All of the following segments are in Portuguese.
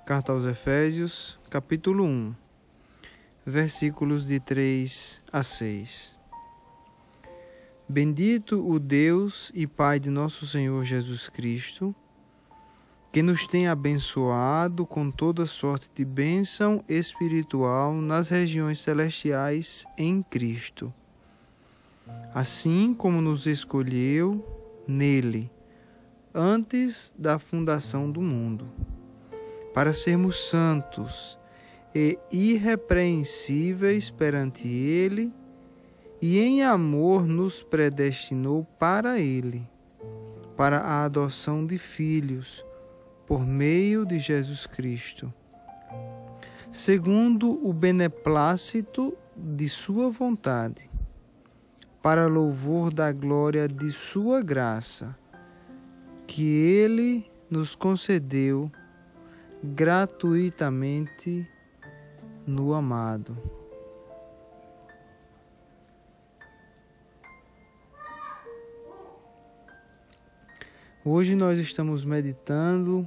Carta aos Efésios, capítulo 1, versículos de 3 a 6. Bendito o Deus e Pai de nosso Senhor Jesus Cristo, que nos tem abençoado com toda sorte de bênção espiritual nas regiões celestiais em Cristo. Assim como nos escolheu nele, antes da fundação do mundo, para sermos santos e irrepreensíveis perante Ele, e em amor nos predestinou para Ele, para a adoção de filhos, por meio de Jesus Cristo, segundo o beneplácito de Sua vontade, para louvor da glória de Sua graça, que Ele nos concedeu gratuitamente no amado. Hoje nós estamos meditando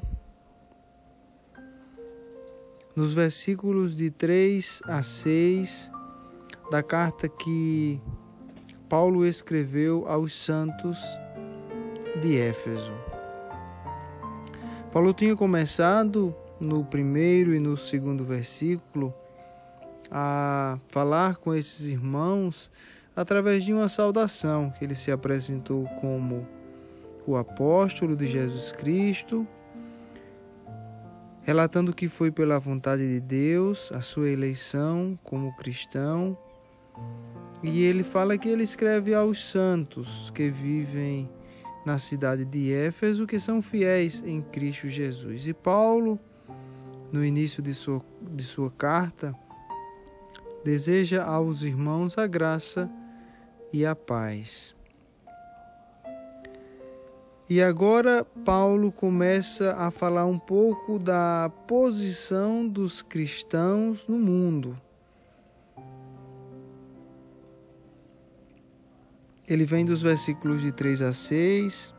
nos versículos de 3 a 6 da carta que Paulo escreveu aos santos de Éfeso. Paulo tinha começado no primeiro e no segundo versículo a falar com esses irmãos através de uma saudação, que ele se apresentou como o apóstolo de Jesus Cristo, relatando que foi pela vontade de Deus a sua eleição como cristão. E ele fala que ele escreve aos santos que vivem na cidade de Éfeso, que são fiéis em Cristo Jesus. E Paulo, no início de sua carta, deseja aos irmãos a graça e a paz. E agora Paulo começa a falar um pouco da posição dos cristãos no mundo. Ele vem dos versículos de 3 a 6,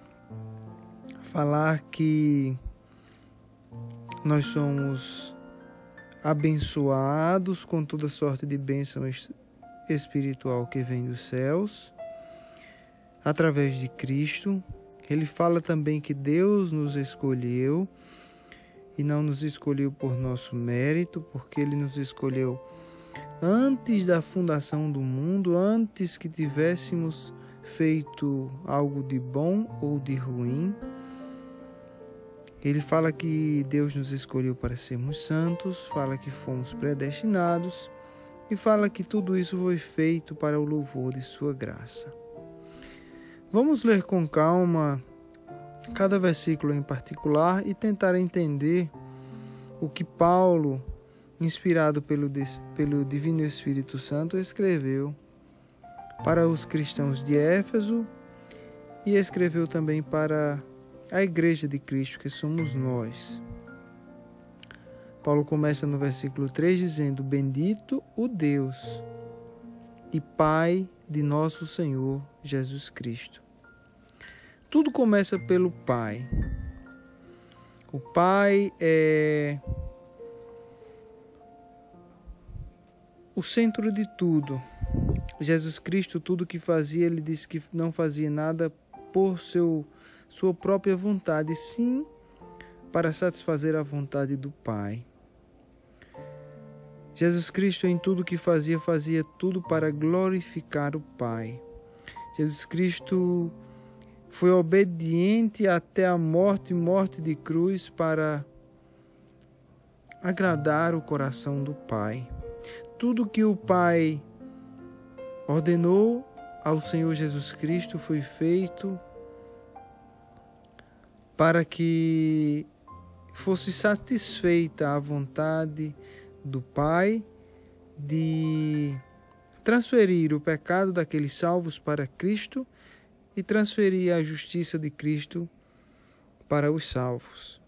falar que nós somos abençoados com toda sorte de bênção espiritual que vem dos céus, através de Cristo. Ele fala também que Deus nos escolheu e não nos escolheu por nosso mérito, porque Ele nos escolheu antes da fundação do mundo, antes que tivéssemos feito algo de bom ou de ruim. Ele fala que Deus nos escolheu para sermos santos, fala que fomos predestinados e fala que tudo isso foi feito para o louvor de Sua graça. Vamos ler com calma cada versículo em particular e tentar entender o que Paulo, inspirado pelo Divino Espírito Santo, escreveu para os cristãos de Éfeso e escreveu também para a Igreja de Cristo, que somos nós. Paulo começa no versículo 3 dizendo: Bendito o Deus e Pai de nosso Senhor Jesus Cristo. Tudo começa pelo Pai. O Pai é o centro de tudo. Jesus Cristo, tudo que fazia, ele disse que não fazia nada por sua própria vontade, sim para satisfazer a vontade do Pai. Jesus Cristo, em tudo que fazia tudo para glorificar o Pai. Jesus Cristo foi obediente até a morte de cruz para agradar o coração do Pai. Tudo que o Pai ordenou ao Senhor Jesus Cristo foi feito para que fosse satisfeita a vontade do Pai de transferir o pecado daqueles salvos para Cristo e transferir a justiça de Cristo para os salvos.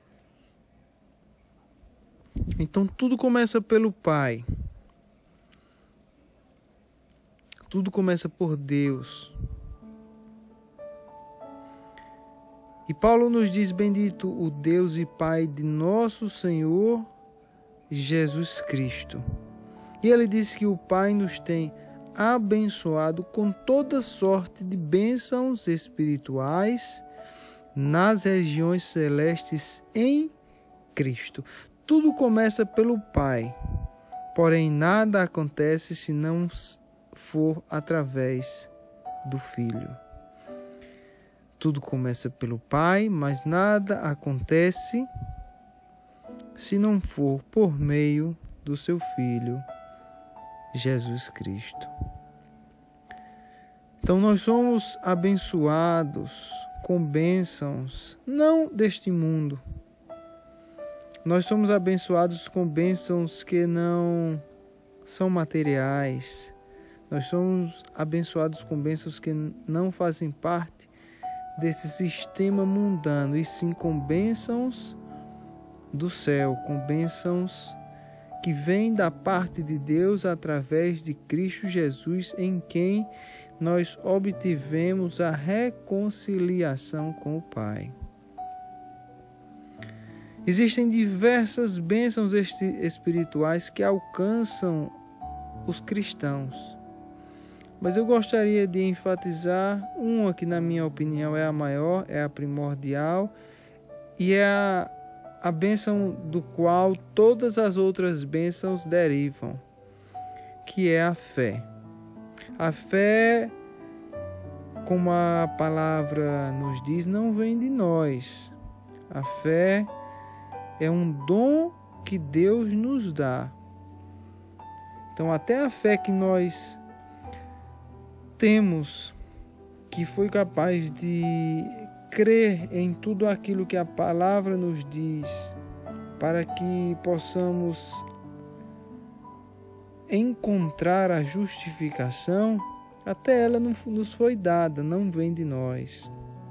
Então tudo começa pelo Pai. Tudo começa por Deus. E Paulo nos diz: bendito o Deus e Pai de nosso Senhor Jesus Cristo. E ele diz que o Pai nos tem abençoado com toda sorte de bênçãos espirituais nas regiões celestes em Cristo. Tudo começa pelo Pai, porém nada acontece se não for através do Filho. Tudo começa pelo Pai, mas nada acontece se não for por meio do seu Filho, Jesus Cristo. Então nós somos abençoados com bênçãos, não deste mundo. Nós somos abençoados com bênçãos que não são materiais. Nós somos abençoados com bênçãos que não fazem parte desse sistema mundano, e sim com bênçãos do céu, com bênçãos que vêm da parte de Deus através de Cristo Jesus, em quem nós obtivemos a reconciliação com o Pai. Existem diversas bênçãos espirituais que alcançam os cristãos, mas eu gostaria de enfatizar uma que, na minha opinião, é a maior, é a primordial, e é a bênção do qual todas as outras bênçãos derivam, que é a fé. A fé, como a palavra nos diz, não vem de nós. A fé é um dom que Deus nos dá. Então, até a fé que nós temos, que foi capaz de crer em tudo aquilo que a palavra nos diz, para que possamos encontrar a justificação, até ela não nos foi dada, não vem de nós.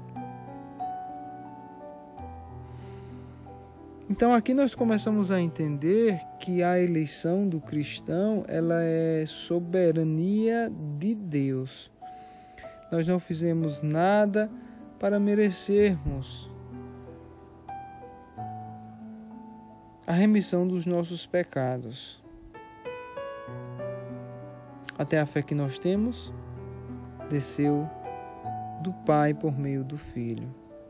Então aqui nós começamos a entender que a eleição do cristão, ela é soberania de Deus. Nós não fizemos nada para merecermos a remissão dos nossos pecados. Até a fé que nós temos desceu do Pai por meio do Filho.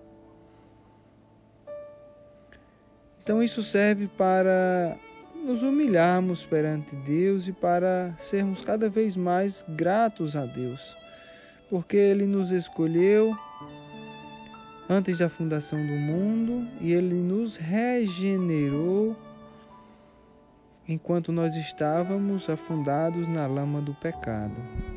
Então isso serve para nos humilharmos perante Deus e para sermos cada vez mais gratos a Deus, porque Ele nos escolheu antes da fundação do mundo e Ele nos regenerou enquanto nós estávamos afundados na lama do pecado.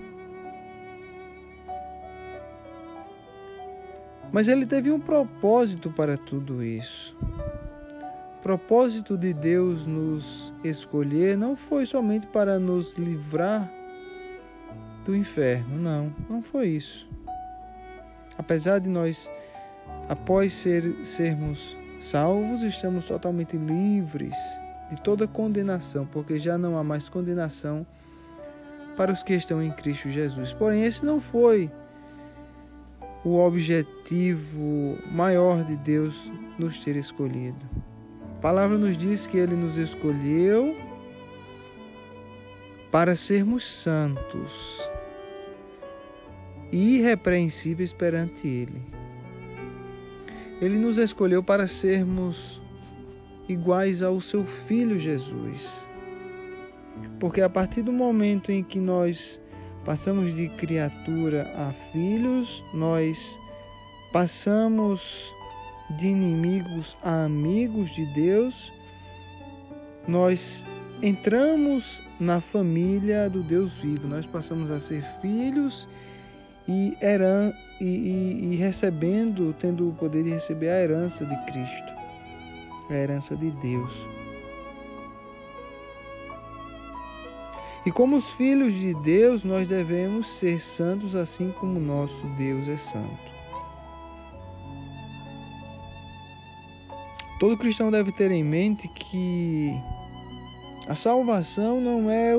Mas Ele teve um propósito para tudo isso. O propósito de Deus nos escolher não foi somente para nos livrar do inferno, não foi isso. Apesar de nós, após sermos salvos, estamos totalmente livres de toda condenação, porque já não há mais condenação para os que estão em Cristo Jesus. Porém, esse não foi o objetivo maior de Deus nos ter escolhido. A palavra nos diz que Ele nos escolheu para sermos santos e irrepreensíveis perante Ele. Ele nos escolheu para sermos iguais ao seu Filho Jesus. Porque a partir do momento em que nós passamos de criatura a filhos, nós passamos de inimigos a amigos de Deus, nós entramos na família do Deus vivo, nós passamos a ser filhos e recebendo, tendo o poder de receber a herança de Cristo, a herança de Deus. E como os filhos de Deus, nós devemos ser santos assim como nosso Deus é santo. Todo cristão deve ter em mente que a salvação não é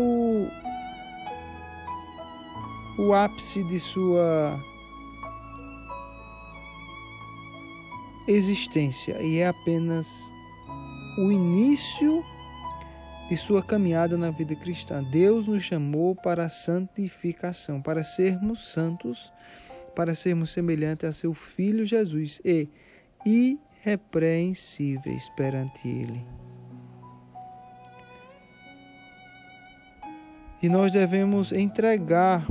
o ápice de sua existência e é apenas o início de sua caminhada na vida cristã. Deus nos chamou para a santificação, para sermos santos, para sermos semelhantes a seu Filho Jesus e irrepreensíveis perante Ele. E nós devemos entregar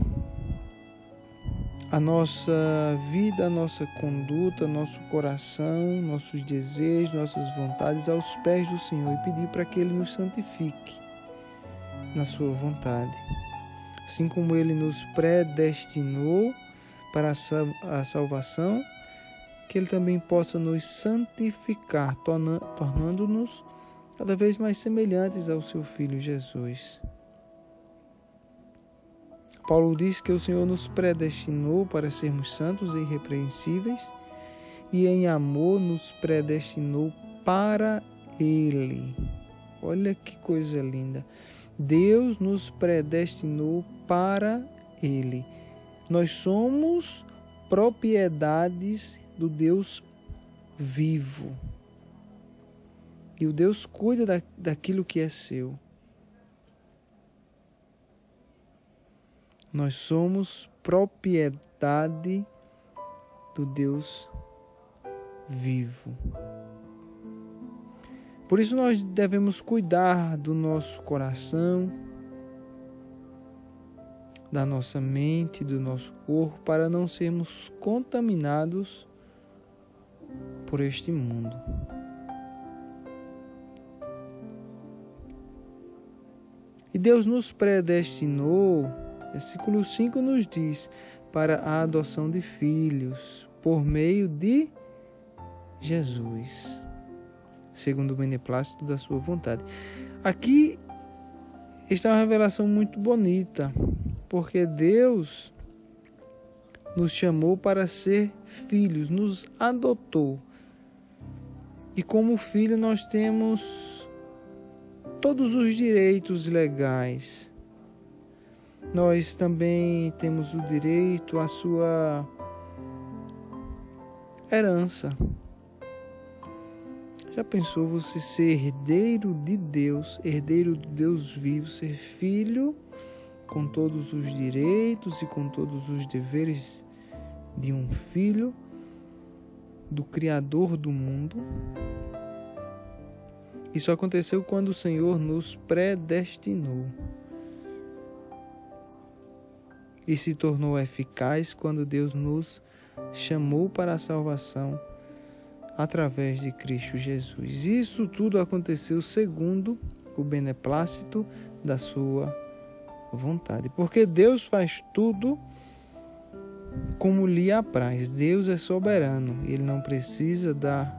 a nossa vida, a nossa conduta, nosso coração, nossos desejos, nossas vontades aos pés do Senhor e pedir para que Ele nos santifique na sua vontade. Assim como Ele nos predestinou para a salvação, que Ele também possa nos santificar, tornando-nos cada vez mais semelhantes ao seu Filho Jesus. Paulo diz que o Senhor nos predestinou para sermos santos e irrepreensíveis e em amor nos predestinou para Ele. Olha que coisa linda. Deus nos predestinou para Ele. Nós somos propriedades do Deus vivo. E o Deus cuida daquilo que é seu. Nós somos propriedade do Deus vivo. Por isso nós devemos cuidar do nosso coração, da nossa mente, do nosso corpo, para não sermos contaminados por este mundo. E Deus nos predestinou, versículo 5 nos diz, para a adoção de filhos, por meio de Jesus, segundo o beneplácito da sua vontade. Aqui está uma revelação muito bonita, porque Deus nos chamou para ser filhos, nos adotou. E como filho nós temos todos os direitos legais. Nós também temos o direito à sua herança. Já pensou você ser herdeiro de Deus, herdeiro do Deus vivo, ser filho com todos os direitos e com todos os deveres de um filho do Criador do mundo? Isso aconteceu quando o Senhor nos predestinou e se tornou eficaz quando Deus nos chamou para a salvação através de Cristo Jesus. Isso tudo aconteceu segundo o beneplácito da sua vontade, porque Deus faz tudo como lhe apraz. Deus é soberano, Ele não precisa dar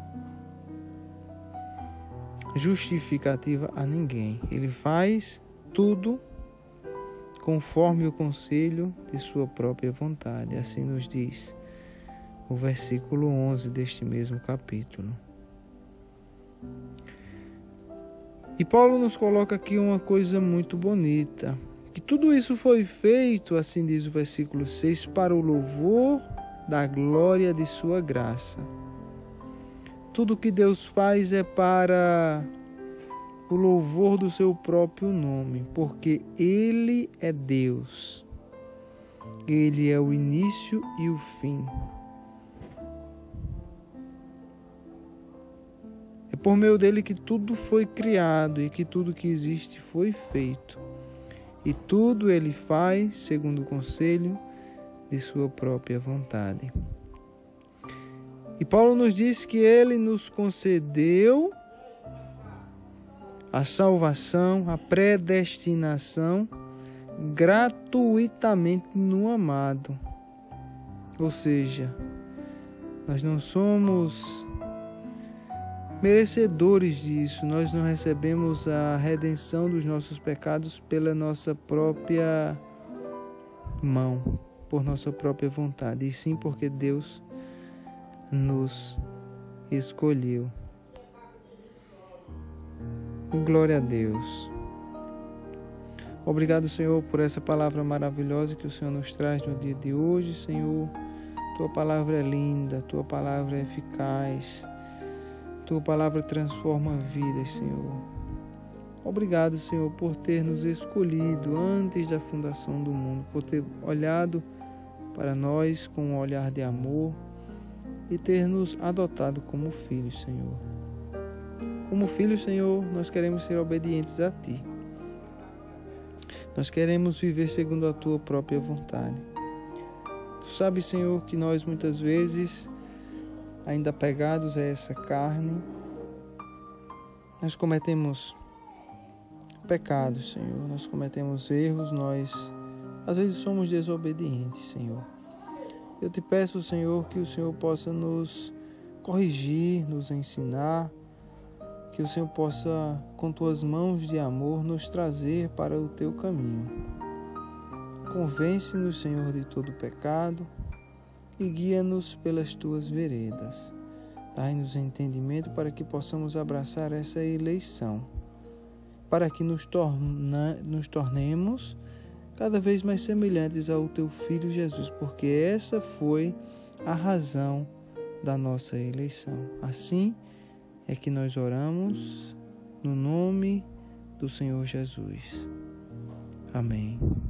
justificativa a ninguém. Ele faz tudo conforme o conselho de sua própria vontade. Assim nos diz o versículo 11 deste mesmo capítulo. E Paulo nos coloca aqui uma coisa muito bonita, que tudo isso foi feito, assim diz o versículo 6, para o louvor da glória de sua graça. Tudo que Deus faz é para o louvor do seu próprio nome, porque Ele é Deus. Ele é o início e o fim. É por meio dele que tudo foi criado e que tudo que existe foi feito. E tudo ele faz segundo o conselho de sua própria vontade. E Paulo nos diz que ele nos concedeu a salvação, a predestinação, gratuitamente no amado. Ou seja, nós não somos merecedores disso, nós não recebemos a redenção dos nossos pecados pela nossa própria mão, por nossa própria vontade, e sim porque Deus nos escolheu. Glória a Deus. Obrigado, Senhor, por essa palavra maravilhosa que o Senhor nos traz no dia de hoje, Senhor. Tua palavra é linda, Tua palavra é eficaz, Tua palavra transforma vidas, Senhor. Obrigado, Senhor, por ter nos escolhido antes da fundação do mundo, por ter olhado para nós com um olhar de amor e ter nos adotado como filhos, Senhor. Como filhos, Senhor, nós queremos ser obedientes a Ti. Nós queremos viver segundo a Tua própria vontade. Tu sabes, Senhor, que nós muitas vezes, ainda apegados a essa carne, nós cometemos pecados, Senhor. Nós cometemos erros, nós às vezes somos desobedientes, Senhor. Eu te peço, Senhor, que o Senhor possa nos corrigir, nos ensinar, que o Senhor possa, com Tuas mãos de amor, nos trazer para o Teu caminho. Convence-nos, Senhor, de todo pecado e guia-nos pelas Tuas veredas. Dai-nos entendimento para que possamos abraçar essa eleição, para que nos tornemos cada vez mais semelhantes ao Teu Filho Jesus, porque essa foi a razão da nossa eleição. Assim é que nós oramos no nome do Senhor Jesus. Amém.